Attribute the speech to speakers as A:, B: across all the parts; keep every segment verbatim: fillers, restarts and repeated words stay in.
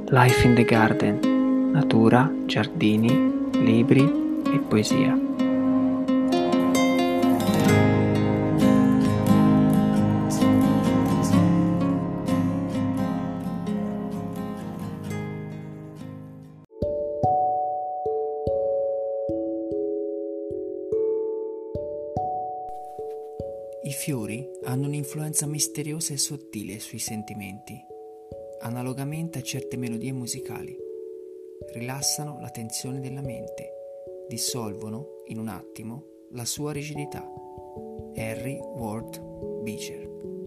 A: Life in the Garden, natura, giardini, libri e poesia. I fiori hanno un'influenza misteriosa e sottile sui sentimenti, analogamente a certe melodie musicali. Rilassano la tensione della mente, dissolvono in un attimo la sua rigidità. Henry Ward Beecher.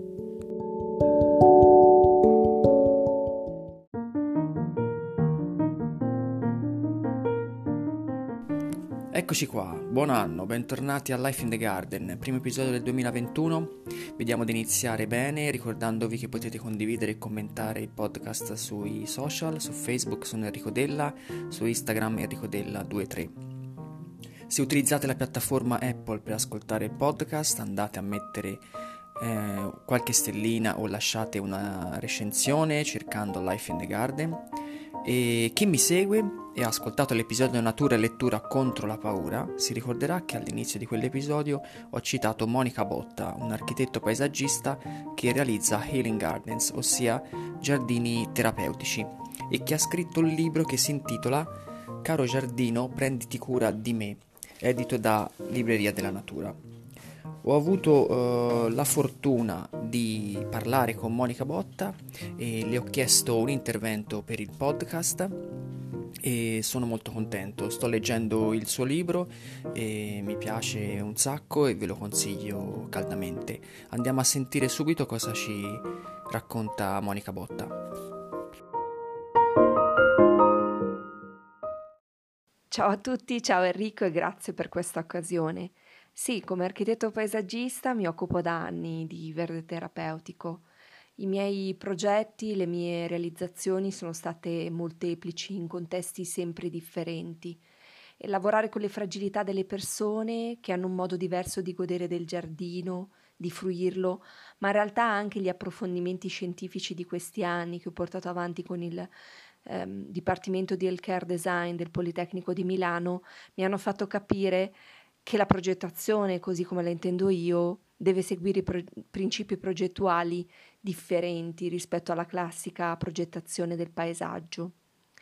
A: Eccoci qua, buon anno, bentornati a Life in the Garden, primo episodio del duemilaventuno. Vediamo di iniziare bene, ricordandovi che potete condividere e commentare il podcast sui social, su Facebook sono Enrico Della, su Instagram Enrico Della ventitré. Se utilizzate la piattaforma Apple per ascoltare il podcast, andate a mettere eh, qualche stellina o lasciate una recensione cercando Life in the Garden. E chi mi segue e ha ascoltato l'episodio Natura e lettura contro la paura si ricorderà che all'inizio di quell'episodio ho citato Monica Botta, un architetto paesaggista che realizza Healing Gardens, ossia giardini terapeutici, e che ha scritto un libro che si intitola Caro giardino, prenditi cura di me, edito da Libreria della Natura. Ho avuto uh, la fortuna di parlare con Monica Botta e le ho chiesto un intervento per il podcast e sono molto contento. Sto leggendo il suo libro e mi piace un sacco e ve lo consiglio caldamente. Andiamo a sentire subito cosa ci racconta Monica Botta.
B: Ciao a tutti, ciao Enrico e grazie per questa occasione. Sì, come architetto paesaggista mi occupo da anni di verde terapeutico. I miei progetti, le mie realizzazioni sono state molteplici in contesti sempre differenti. E lavorare con le fragilità delle persone che hanno un modo diverso di godere del giardino, di fruirlo, ma in realtà anche gli approfondimenti scientifici di questi anni che ho portato avanti con il ehm, Dipartimento di Healthcare Design del Politecnico di Milano mi hanno fatto capire che la progettazione, così come la intendo io, deve seguire i pro- principi progettuali differenti rispetto alla classica progettazione del paesaggio.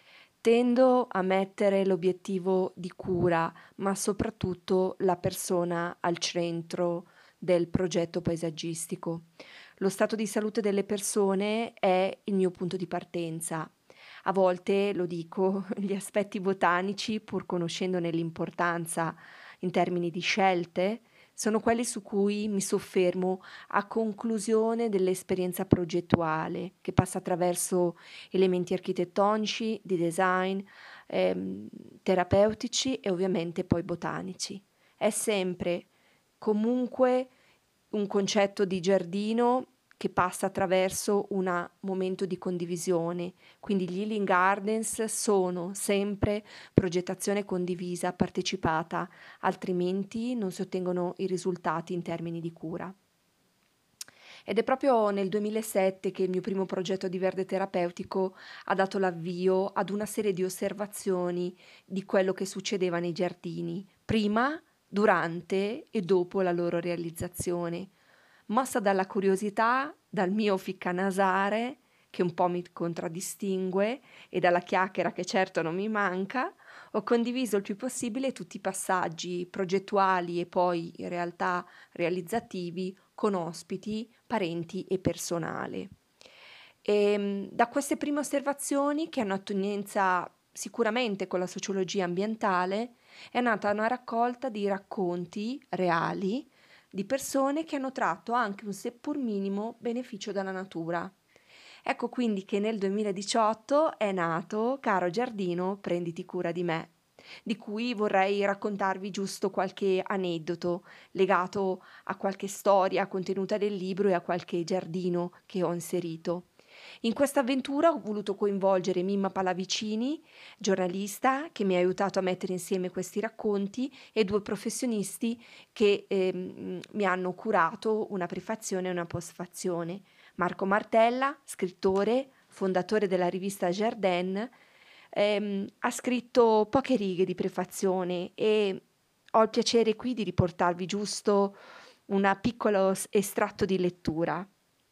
B: Tendo a mettere l'obiettivo di cura, ma soprattutto la persona al centro del progetto paesaggistico. Lo stato di salute delle persone è il mio punto di partenza. A volte, lo dico, gli aspetti botanici, pur conoscendone l'importanza in termini di scelte, sono quelli su cui mi soffermo a conclusione dell'esperienza progettuale, che passa attraverso elementi architettonici, di design, ehm, terapeutici e ovviamente poi botanici. È sempre, comunque, un concetto di giardino che passa attraverso un momento di condivisione, quindi gli Healing Gardens sono sempre progettazione condivisa, partecipata, altrimenti non si ottengono i risultati in termini di cura. Ed è proprio nel duemilasette che il mio primo progetto di verde terapeutico ha dato l'avvio ad una serie di osservazioni di quello che succedeva nei giardini, prima, durante e dopo la loro realizzazione. Mossa dalla curiosità, dal mio ficcanasare, che un po' mi contraddistingue, e dalla chiacchiera che certo non mi manca, ho condiviso il più possibile tutti i passaggi progettuali e poi in realtà realizzativi con ospiti, parenti e personale. E da queste prime osservazioni, che hanno attinenza sicuramente con la sociologia ambientale, è nata una raccolta di racconti reali di persone che hanno tratto anche un seppur minimo beneficio dalla natura. Ecco quindi che nel duemiladiciotto è nato Caro giardino, prenditi cura di me, di cui vorrei raccontarvi giusto qualche aneddoto legato a qualche storia contenuta nel libro e a qualche giardino che ho inserito. In questa avventura ho voluto coinvolgere Mimma Pallavicini, giornalista che mi ha aiutato a mettere insieme questi racconti, e due professionisti che ehm, mi hanno curato una prefazione e una postfazione. Marco Martella, scrittore, fondatore della rivista Jardin, ehm, ha scritto poche righe di prefazione e ho il piacere qui di riportarvi giusto un piccolo estratto di lettura.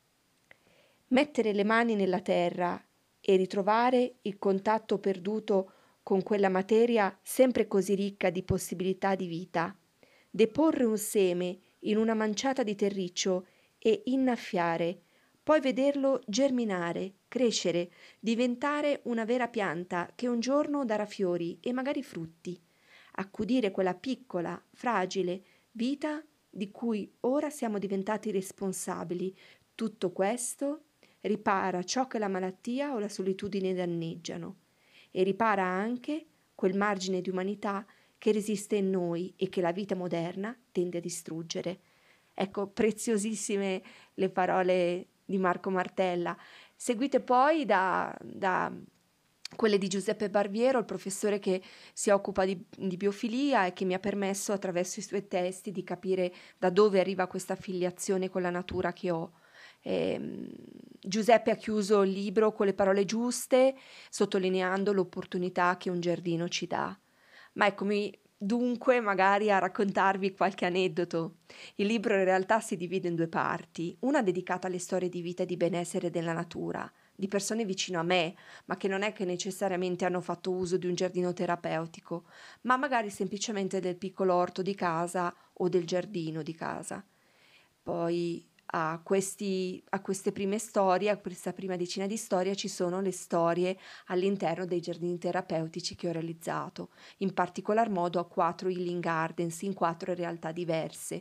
B: Mettere le mani nella terra e ritrovare il contatto perduto con quella materia sempre così ricca di possibilità di vita. Deporre un seme in una manciata di terriccio e innaffiare, poi vederlo germinare, crescere, diventare una vera pianta che un giorno darà fiori e magari frutti. Accudire quella piccola, fragile vita di cui ora siamo diventati responsabili. Tutto questo ripara ciò che la malattia o la solitudine danneggiano e ripara anche quel margine di umanità che resiste in noi e che la vita moderna tende a distruggere. Ecco, preziosissime le parole di Marco Martella, seguite poi da, da quelle di Giuseppe Barbiero, il professore che si occupa di, di biofilia e che mi ha permesso attraverso i suoi testi di capire da dove arriva questa affiliazione con la natura che ho. Eh, Giuseppe ha chiuso il libro con le parole giuste, sottolineando l'opportunità che un giardino ci dà. Ma eccomi dunque magari a raccontarvi qualche aneddoto. Il libro in realtà si divide in due parti, una dedicata alle storie di vita e di benessere della natura, di persone vicino a me, ma che non è che necessariamente hanno fatto uso di un giardino terapeutico, ma magari semplicemente del piccolo orto di casa o del giardino di casa. Poi a, questi, a queste prime storie, a questa prima decina di storie, ci sono le storie all'interno dei giardini terapeutici che ho realizzato, in particolar modo a quattro healing gardens, in quattro realtà diverse.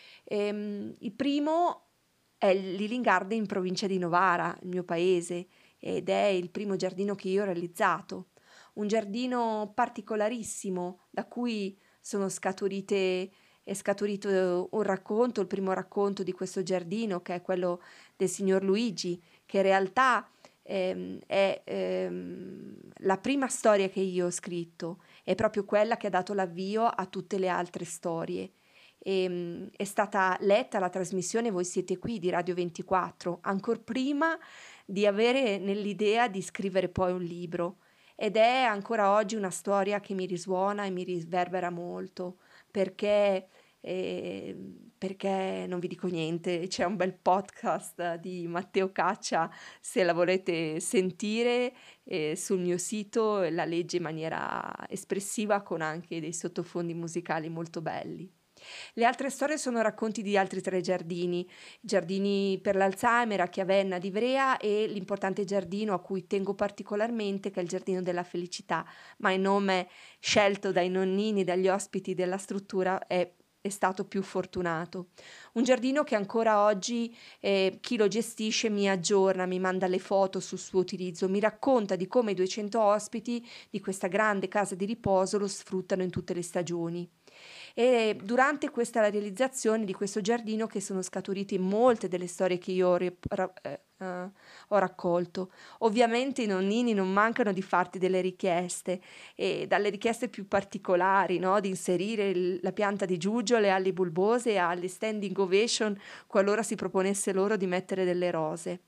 B: Ehm, il primo è l'Healing Garden in provincia di Novara, il mio paese, ed è il primo giardino che io ho realizzato. Un giardino particolarissimo da cui sono scaturite è scaturito un racconto, il primo racconto di questo giardino, che è quello del signor Luigi, che in realtà ehm, è ehm, la prima storia che io ho scritto, è proprio quella che ha dato l'avvio a tutte le altre storie. E, è stata letta la trasmissione Voi siete qui di Radio ventiquattro, ancor prima di avere nell'idea di scrivere poi un libro, ed è ancora oggi una storia che mi risuona e mi riverbera molto, perché, eh, perché non vi dico niente, c'è un bel podcast di Matteo Caccia, se la volete sentire, eh, sul mio sito, la legge in maniera espressiva con anche dei sottofondi musicali molto belli. Le altre storie sono racconti di altri tre giardini, giardini per l'Alzheimer a Chiavenna di Ivrea e l'importante giardino a cui tengo particolarmente, che è il Giardino della Felicità, ma il nome scelto dai nonnini, dagli ospiti della struttura è è stato più fortunato. Un giardino che ancora oggi eh, chi lo gestisce mi aggiorna, mi manda le foto sul suo utilizzo, mi racconta di come i duecento ospiti di questa grande casa di riposo lo sfruttano in tutte le stagioni. E durante questa realizzazione di questo giardino che sono scaturite molte delle storie che io ho, ra- eh, uh, ho raccolto. Ovviamente i nonnini non mancano di farti delle richieste, e dalle richieste più particolari, no? Di inserire il, la pianta di giuggiole alle bulbose e alle standing ovation qualora si proponesse loro di mettere delle rose.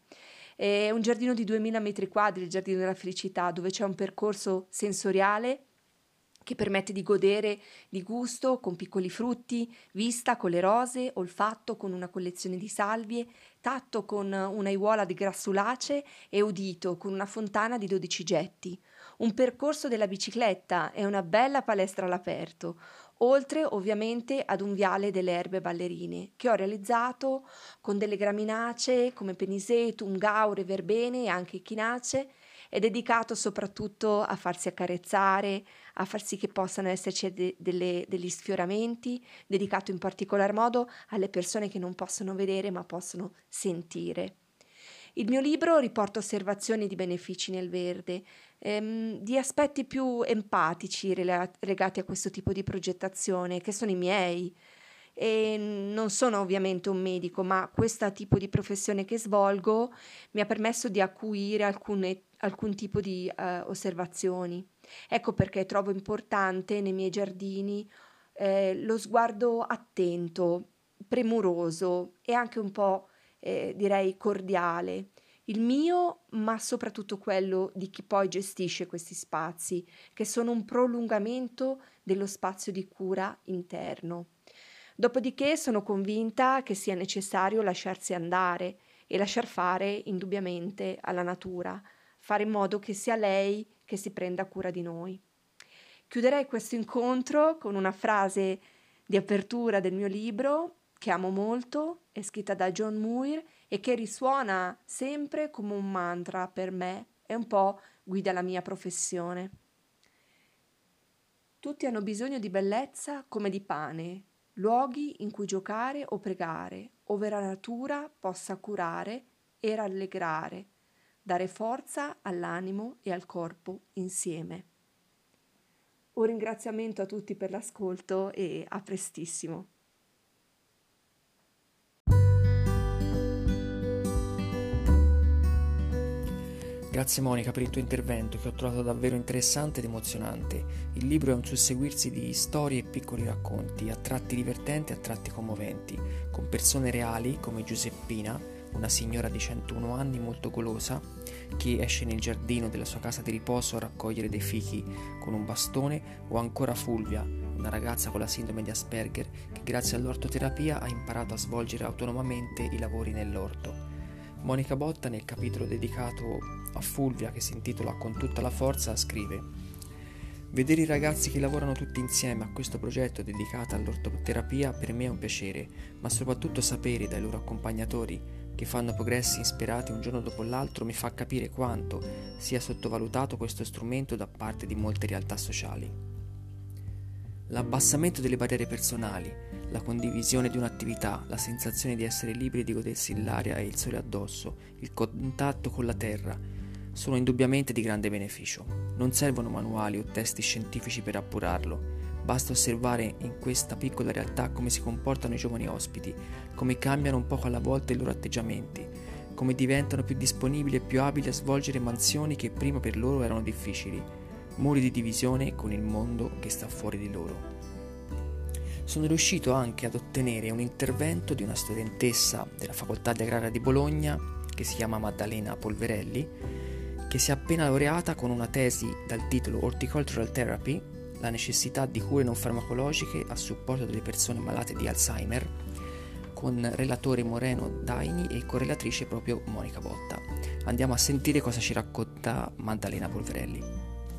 B: È un giardino di duemila metri quadri, il Giardino della Felicità, dove c'è un percorso sensoriale che permette di godere di gusto con piccoli frutti, vista con le rose, olfatto con una collezione di salvie, tatto con un'aiuola di grassulacee e udito con una fontana di dodici getti. Un percorso della bicicletta e una bella palestra all'aperto, oltre ovviamente ad un viale delle erbe ballerine che ho realizzato con delle graminacee come penisetum, gaure, verbene e anche echinacee. È dedicato soprattutto a farsi accarezzare, a far sì che possano esserci de- delle, degli sfioramenti, dedicato in particolar modo alle persone che non possono vedere ma possono sentire. Il mio libro riporta osservazioni di benefici nel verde, ehm, di aspetti più empatici rela- legati a questo tipo di progettazione, che sono i miei. E non sono ovviamente un medico, ma questo tipo di professione che svolgo mi ha permesso di acuire alcune, alcun tipo di eh, osservazioni. Ecco perché trovo importante nei miei giardini eh, lo sguardo attento, premuroso e anche un po' eh, direi cordiale, il mio, ma soprattutto quello di chi poi gestisce questi spazi, che sono un prolungamento dello spazio di cura interno. Dopodiché sono convinta che sia necessario lasciarsi andare e lasciar fare indubbiamente alla natura, fare in modo che sia lei che si prenda cura di noi. Chiuderei questo incontro con una frase di apertura del mio libro che amo molto, è scritta da John Muir e che risuona sempre come un mantra per me e un po' guida la mia professione. Tutti hanno bisogno di bellezza come di pane, luoghi in cui giocare o pregare, ove la natura possa curare e rallegrare, dare forza all'animo e al corpo insieme. Un ringraziamento a tutti per l'ascolto e a prestissimo.
A: Grazie Monica per il tuo intervento che ho trovato davvero interessante ed emozionante. Il libro è un susseguirsi di storie e piccoli racconti, a tratti divertenti e a tratti commoventi, con persone reali come Giuseppina, una signora di centouno anni molto golosa, che esce nel giardino della sua casa di riposo a raccogliere dei fichi con un bastone, o ancora Fulvia, una ragazza con la sindrome di Asperger che grazie all'ortoterapia ha imparato a svolgere autonomamente i lavori nell'orto. Monica Botta, nel capitolo dedicato a Fulvia, che si intitola Con tutta la forza, scrive: vedere i ragazzi che lavorano tutti insieme a questo progetto dedicato all'ortoterapia per me è un piacere, ma soprattutto sapere dai loro accompagnatori che fanno progressi insperati un giorno dopo l'altro mi fa capire quanto sia sottovalutato questo strumento da parte di molte realtà sociali. L'abbassamento delle barriere personali, la condivisione di un'attività, la sensazione di essere liberi di godersi l'aria e il sole addosso, il contatto con la terra, sono indubbiamente di grande beneficio. Non servono manuali o testi scientifici per appurarlo. Basta osservare in questa piccola realtà come si comportano i giovani ospiti, come cambiano un poco alla volta i loro atteggiamenti, come diventano più disponibili e più abili a svolgere mansioni che prima per loro erano difficili, muri di divisione con il mondo che sta fuori di loro. Sono riuscito anche ad ottenere un intervento di una studentessa della Facoltà di Agraria di Bologna, che si chiama Maddalena Polverelli, che si è appena laureata con una tesi dal titolo Horticultural Therapy, la necessità di cure non farmacologiche a supporto delle persone malate di Alzheimer, con relatore Moreno Daini e correlatrice proprio Monica Botta. Andiamo a sentire cosa ci racconta Maddalena Polverelli.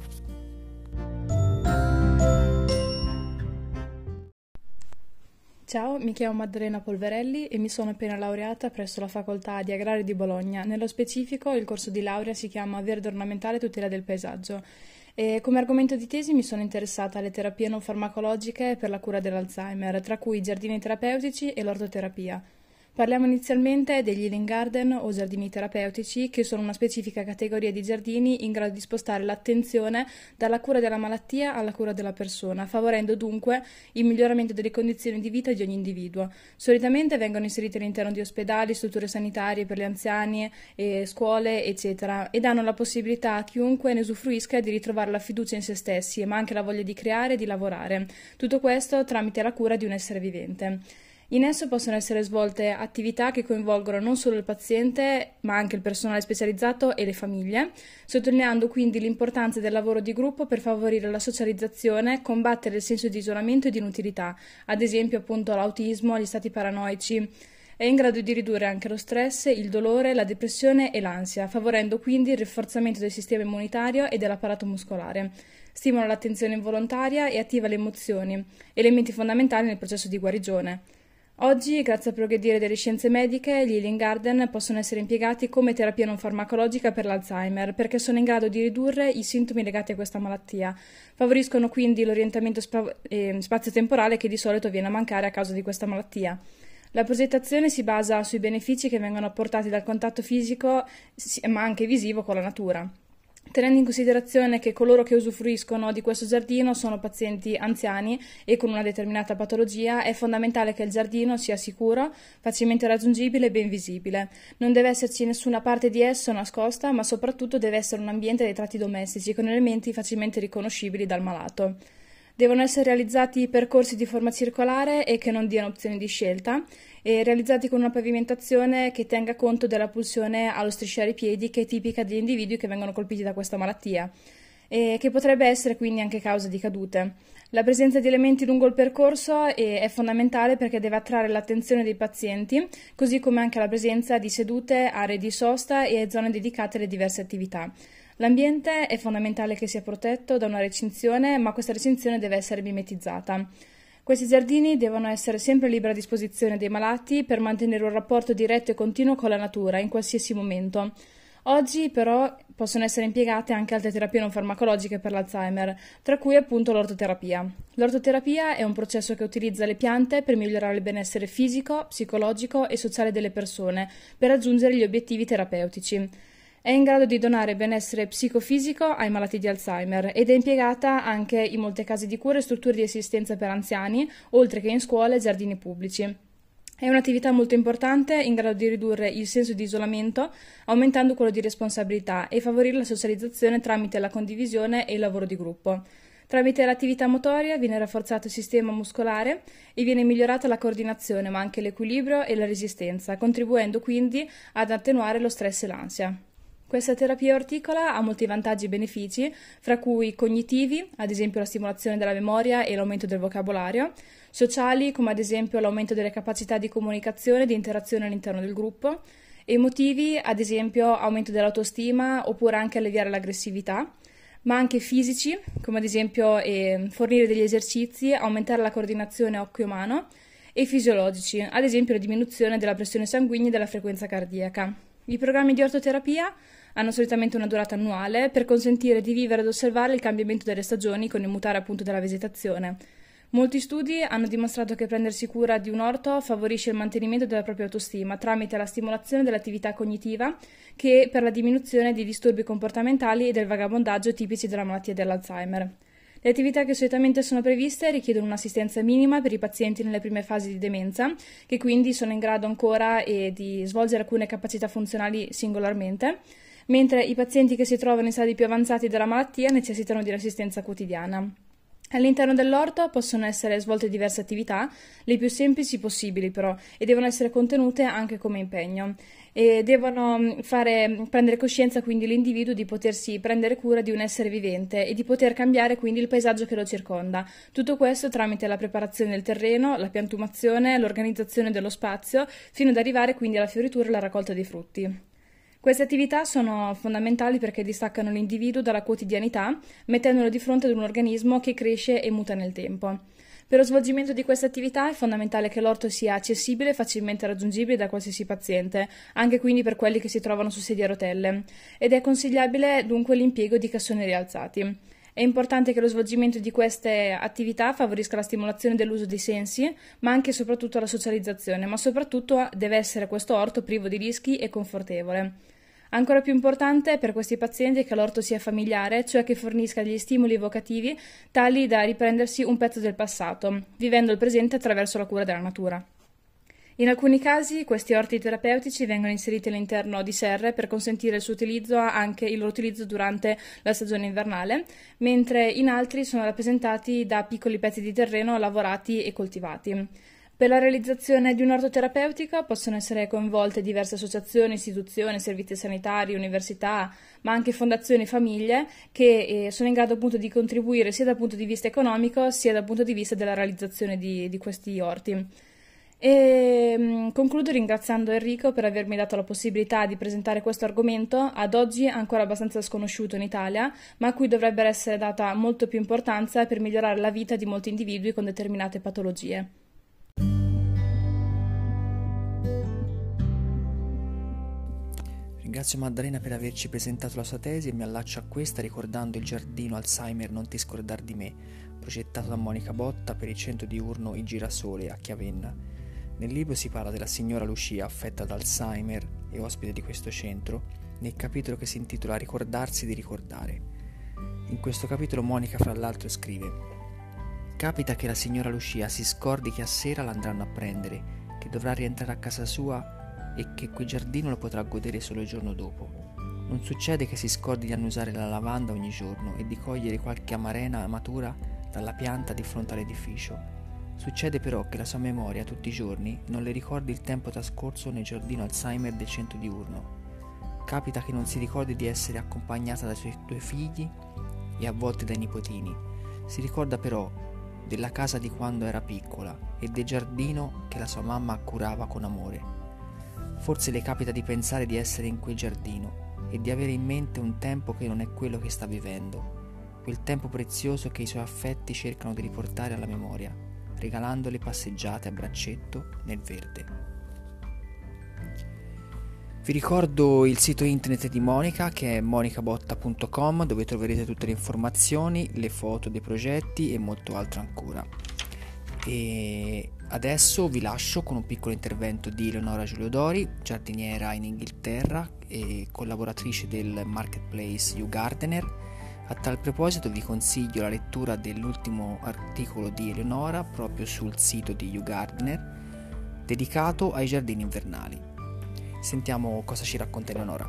C: Ciao, mi chiamo Maddalena Polverelli e mi sono appena laureata presso la Facoltà di Agraria di Bologna. Nello specifico il corso di laurea si chiama Verde Ornamentale e Tutela del Paesaggio. E come argomento di tesi mi sono interessata alle terapie non farmacologiche per la cura dell'Alzheimer, tra cui i giardini terapeutici e l'ortoterapia. Parliamo inizialmente degli healing garden o giardini terapeutici, che sono una specifica categoria di giardini in grado di spostare l'attenzione dalla cura della malattia alla cura della persona, favorendo dunque il miglioramento delle condizioni di vita di ogni individuo. Solitamente vengono inseriti all'interno di ospedali, strutture sanitarie per gli anziani, e scuole, eccetera, e danno la possibilità a chiunque ne usufruisca di ritrovare la fiducia in se stessi, ma anche la voglia di creare e di lavorare. Tutto questo tramite la cura di un essere vivente. In esso possono essere svolte attività che coinvolgono non solo il paziente, ma anche il personale specializzato e le famiglie, sottolineando quindi l'importanza del lavoro di gruppo per favorire la socializzazione, combattere il senso di isolamento e di inutilità, ad esempio appunto l'autismo, gli stati paranoici. È in grado di ridurre anche lo stress, il dolore, la depressione e l'ansia, favorendo quindi il rafforzamento del sistema immunitario e dell'apparato muscolare. Stimola l'attenzione involontaria e attiva le emozioni, elementi fondamentali nel processo di guarigione. Oggi, grazie al progredire delle scienze mediche, gli healing garden possono essere impiegati come terapia non farmacologica per l'Alzheimer, perché sono in grado di ridurre i sintomi legati a questa malattia. Favoriscono quindi l'orientamento spa- eh, spazio-temporale che di solito viene a mancare a causa di questa malattia. La progettazione si basa sui benefici che vengono apportati dal contatto fisico, ma anche visivo, con la natura. Tenendo in considerazione che coloro che usufruiscono di questo giardino sono pazienti anziani e con una determinata patologia, è fondamentale che il giardino sia sicuro, facilmente raggiungibile e ben visibile. Non deve esserci nessuna parte di esso nascosta, ma soprattutto deve essere un ambiente dei tratti domestici con elementi facilmente riconoscibili dal malato. Devono essere realizzati percorsi di forma circolare e che non diano opzioni di scelta, e realizzati con una pavimentazione che tenga conto della pulsione allo strisciare i piedi, che è tipica degli individui che vengono colpiti da questa malattia, e che potrebbe essere quindi anche causa di cadute. La presenza di elementi lungo il percorso è fondamentale perché deve attrarre l'attenzione dei pazienti, così come anche la presenza di sedute, aree di sosta e zone dedicate alle diverse attività. L'ambiente è fondamentale che sia protetto da una recinzione, ma questa recinzione deve essere mimetizzata. Questi giardini devono essere sempre a libera disposizione dei malati per mantenere un rapporto diretto e continuo con la natura in qualsiasi momento. Oggi però possono essere impiegate anche altre terapie non farmacologiche per l'Alzheimer, tra cui appunto l'ortoterapia. L'ortoterapia è un processo che utilizza le piante per migliorare il benessere fisico, psicologico e sociale delle persone, per raggiungere gli obiettivi terapeutici. È in grado di donare benessere psicofisico ai malati di Alzheimer ed è impiegata anche in molte case di cura e strutture di assistenza per anziani, oltre che in scuole e giardini pubblici. È un'attività molto importante, in grado di ridurre il senso di isolamento, aumentando quello di responsabilità e favorire la socializzazione tramite la condivisione e il lavoro di gruppo. Tramite l'attività motoria viene rafforzato il sistema muscolare e viene migliorata la coordinazione, ma anche l'equilibrio e la resistenza, contribuendo quindi ad attenuare lo stress e l'ansia. Questa terapia orticola ha molti vantaggi e benefici, fra cui cognitivi, ad esempio la stimolazione della memoria e l'aumento del vocabolario, sociali, come ad esempio l'aumento delle capacità di comunicazione e di interazione all'interno del gruppo, emotivi, ad esempio aumento dell'autostima oppure anche alleviare l'aggressività, ma anche fisici, come ad esempio eh, fornire degli esercizi, aumentare la coordinazione occhio-mano, e fisiologici, ad esempio la diminuzione della pressione sanguigna e della frequenza cardiaca. I programmi di ortoterapia hanno solitamente una durata annuale per consentire di vivere ed osservare il cambiamento delle stagioni con il mutare appunto della vegetazione. Molti studi hanno dimostrato che prendersi cura di un orto favorisce il mantenimento della propria autostima tramite la stimolazione dell'attività cognitiva che per la diminuzione di disturbi comportamentali e del vagabondaggio tipici della malattia dell'Alzheimer. Le attività che solitamente sono previste richiedono un'assistenza minima per i pazienti nelle prime fasi di demenza, che quindi sono in grado ancora eh, di svolgere alcune capacità funzionali singolarmente, mentre i pazienti che si trovano in stadi più avanzati della malattia necessitano di un'assistenza quotidiana. All'interno dell'orto possono essere svolte diverse attività, le più semplici possibili però, e devono essere contenute anche come impegno. E devono fare, prendere coscienza quindi l'individuo di potersi prendere cura di un essere vivente e di poter cambiare quindi il paesaggio che lo circonda. Tutto questo tramite la preparazione del terreno, la piantumazione, l'organizzazione dello spazio, fino ad arrivare quindi alla fioritura e alla raccolta dei frutti. Queste attività sono fondamentali perché distaccano l'individuo dalla quotidianità, mettendolo di fronte ad un organismo che cresce e muta nel tempo. Per lo svolgimento di queste attività è fondamentale che l'orto sia accessibile e facilmente raggiungibile da qualsiasi paziente, anche quindi per quelli che si trovano su sedie a rotelle, ed è consigliabile dunque l'impiego di cassoni rialzati. È importante che lo svolgimento di queste attività favorisca la stimolazione dell'uso dei sensi, ma anche e soprattutto la socializzazione, ma soprattutto deve essere questo orto privo di rischi e confortevole. Ancora più importante per questi pazienti è che l'orto sia familiare, cioè che fornisca degli stimoli evocativi tali da riprendersi un pezzo del passato, vivendo il presente attraverso la cura della natura. In alcuni casi questi orti terapeutici vengono inseriti all'interno di serre per consentire il suo utilizzo, anche il loro utilizzo durante la stagione invernale, mentre in altri sono rappresentati da piccoli pezzi di terreno lavorati e coltivati. Per la realizzazione di un orto terapeutico possono essere coinvolte diverse associazioni, istituzioni, servizi sanitari, università, ma anche fondazioni e famiglie che eh, sono in grado appunto di contribuire sia dal punto di vista economico sia dal punto di vista della realizzazione di, di questi orti. E mh, concludo ringraziando Enrico per avermi dato la possibilità di presentare questo argomento, ad oggi ancora abbastanza sconosciuto in Italia, ma a cui dovrebbe essere data molto più importanza per migliorare la vita di molti individui con determinate patologie.
A: Ringrazio Maddalena per averci presentato la sua tesi e mi allaccio a questa ricordando il giardino Alzheimer Non ti scordar di me, progettato da Monica Botta per il centro diurno I Girasole a Chiavenna. Nel libro si parla della signora Lucia affetta da Alzheimer e ospite di questo centro, nel capitolo che si intitola Ricordarsi di ricordare. In questo capitolo Monica fra l'altro scrive: capita che la signora Lucia si scordi che a sera l'andranno a prendere, che dovrà rientrare a casa sua e che quel giardino lo potrà godere solo il giorno dopo. Non succede che si scordi di annusare la lavanda ogni giorno e di cogliere qualche amarena matura dalla pianta di fronte all'edificio. Succede però che la sua memoria tutti i giorni non le ricordi il tempo trascorso nel giardino Alzheimer del centro diurno. Capita che non si ricordi di essere accompagnata dai suoi due figli e a volte dai nipotini. Si ricorda però della casa di quando era piccola e del giardino che la sua mamma curava con amore. Forse le capita di pensare di essere in quel giardino e di avere in mente un tempo che non è quello che sta vivendo, quel tempo prezioso che i suoi affetti cercano di riportare alla memoria, regalandole passeggiate a braccetto nel verde. Vi ricordo il sito internet di Monica, che è monica botta punto com, dove troverete tutte le informazioni, le foto dei progetti e molto altro ancora. E adesso vi lascio con un piccolo intervento di Eleonora Giuliodori, giardiniera in Inghilterra e collaboratrice del marketplace YouGardener. A tal proposito vi consiglio la lettura dell'ultimo articolo di Eleonora proprio sul sito di YouGardener dedicato ai giardini invernali. Sentiamo cosa ci racconta Eleonora.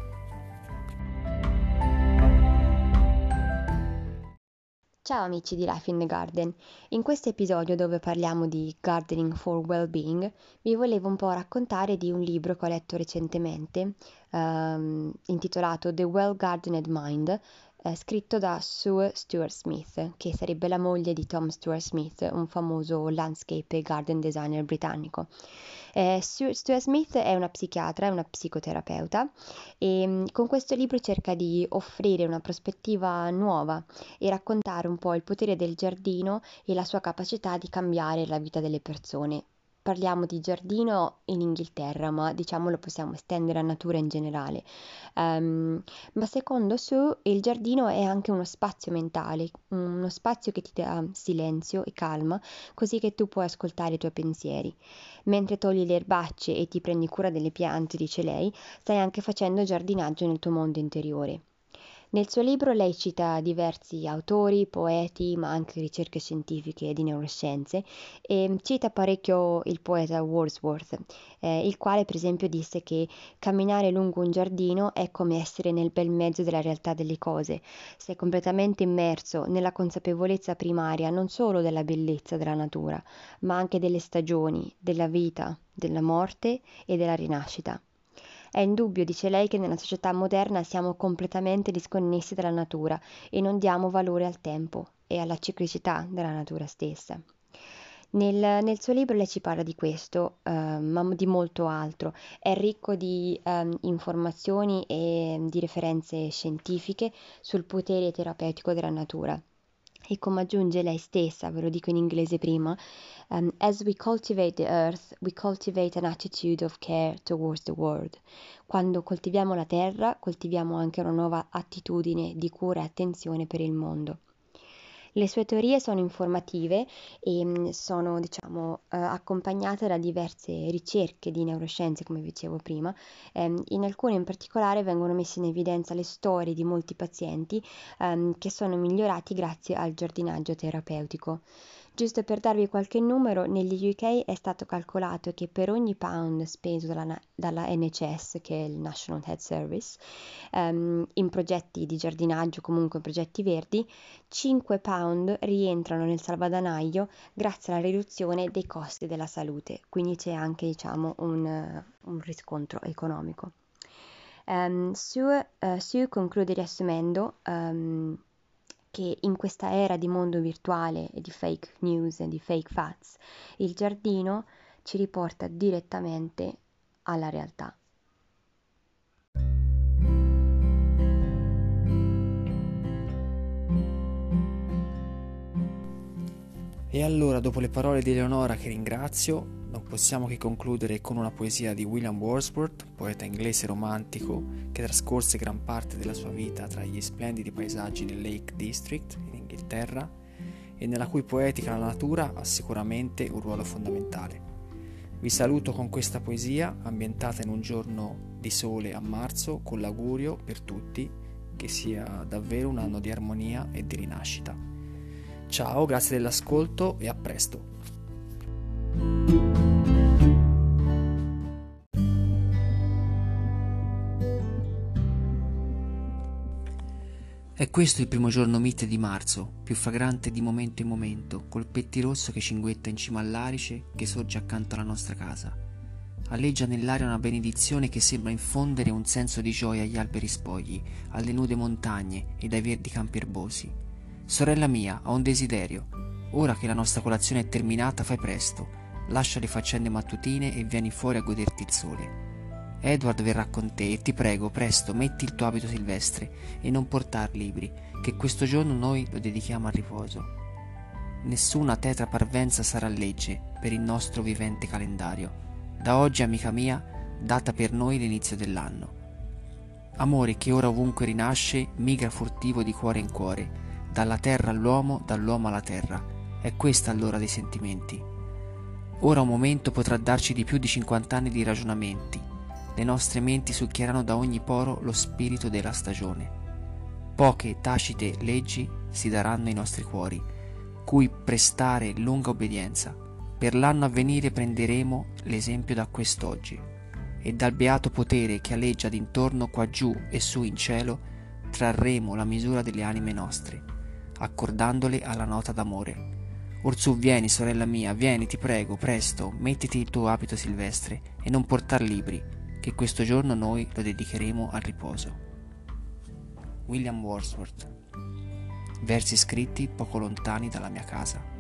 D: Ciao amici di Life in the Garden, in questo episodio dove parliamo di Gardening for Wellbeing vi volevo un po' raccontare di un libro che ho letto recentemente ehm, intitolato The Well Gardened Mind, eh, scritto da Sue Stuart Smith, che sarebbe la moglie di Tom Stuart Smith, un famoso landscape e garden designer britannico. Eh, Stuart Smith è una psichiatra, è una psicoterapeuta e mh, con questo libro cerca di offrire una prospettiva nuova e raccontare un po' il potere del giardino e la sua capacità di cambiare la vita delle persone. Parliamo di giardino in Inghilterra, ma diciamo lo possiamo estendere a natura in generale. Um, ma secondo Sue il giardino è anche uno spazio mentale, uno spazio che ti dà silenzio e calma, così che tu puoi ascoltare i tuoi pensieri. Mentre togli le erbacce e ti prendi cura delle piante, dice lei, stai anche facendo giardinaggio nel tuo mondo interiore. Nel suo libro lei cita diversi autori, poeti, ma anche ricerche scientifiche di neuroscienze e cita parecchio il poeta Wordsworth, eh, il quale per esempio disse che camminare lungo un giardino è come essere nel bel mezzo della realtà delle cose. Sei completamente immerso nella consapevolezza primaria non solo della bellezza della natura, ma anche delle stagioni, della vita, della morte e della rinascita. È indubbio, dice lei, che nella società moderna siamo completamente disconnessi dalla natura e non diamo valore al tempo e alla ciclicità della natura stessa. Nel, nel suo libro lei ci parla di questo, eh, ma di molto altro. È ricco di eh, informazioni e di referenze scientifiche sul potere terapeutico della natura. E come aggiunge lei stessa, ve lo dico in inglese prima, um, as we cultivate the earth, we cultivate an attitude of care towards the world. Quando coltiviamo la terra, coltiviamo anche una nuova attitudine di cura e attenzione per il mondo. Le sue teorie sono informative e mh, sono, diciamo, eh, accompagnate da diverse ricerche di neuroscienze, come vi dicevo prima. Ehm, in alcune in particolare vengono messe in evidenza le storie di molti pazienti ehm, che sono migliorati grazie al giardinaggio terapeutico. Giusto per darvi qualche numero, negli U K è stato calcolato che per ogni pound speso dalla, dalla N H S, che è il National Health Service, ehm, in progetti di giardinaggio, comunque in progetti verdi, cinque pound rientrano nel salvadanaio grazie alla riduzione dei costi della salute. Quindi c'è anche, diciamo, un, un riscontro economico. Um, Sue, uh, Sue conclude riassumendo um, che in questa era di mondo virtuale e di fake news e di fake facts, il giardino ci riporta direttamente alla realtà.
A: E allora, dopo le parole di Eleonora, che ringrazio, non possiamo che concludere con una poesia di William Wordsworth, poeta inglese romantico che trascorse gran parte della sua vita tra gli splendidi paesaggi del Lake District in Inghilterra e nella cui poetica la natura ha sicuramente un ruolo fondamentale. Vi saluto con questa poesia ambientata in un giorno di sole a marzo, con l'augurio per tutti che sia davvero un anno di armonia e di rinascita. Ciao, grazie dell'ascolto e a presto. questo il primo giorno mite di marzo, più fragrante di momento in momento, col pettirosso che cinguetta in cima all'arice che sorge accanto alla nostra casa. Alleggia nell'aria una benedizione che sembra infondere un senso di gioia agli alberi spogli, alle nude montagne ed ai verdi campi erbosi. Sorella mia, ho un desiderio. Ora che la nostra colazione è terminata, fai presto. Lascia le faccende mattutine e vieni fuori a goderti il sole. Edward verrà con te e ti prego, presto, metti il tuo abito silvestre e non portar libri, che questo giorno noi lo dedichiamo al riposo. Nessuna tetra parvenza sarà legge per il nostro vivente calendario. Da oggi, amica mia, data per noi l'inizio dell'anno. Amore che ora ovunque rinasce, migra furtivo di cuore in cuore, dalla terra all'uomo, dall'uomo alla terra. È questa l'ora dei sentimenti. Ora un momento potrà darci di più di cinquant'anni di ragionamenti. Le nostre menti succhieranno da ogni poro lo spirito della stagione. Poche tacite leggi si daranno ai nostri cuori, cui prestare lunga obbedienza. Per l'anno a venire prenderemo l'esempio da quest'oggi, e dal beato potere che aleggia d'intorno qua giù e su in cielo trarremo la misura delle anime nostre, accordandole alla nota d'amore. Orsù, vieni, sorella mia, vieni, ti prego, presto, mettiti il tuo abito silvestre e non portar libri, che questo giorno noi lo dedicheremo al riposo. William Wordsworth. Versi scritti poco lontani dalla mia casa.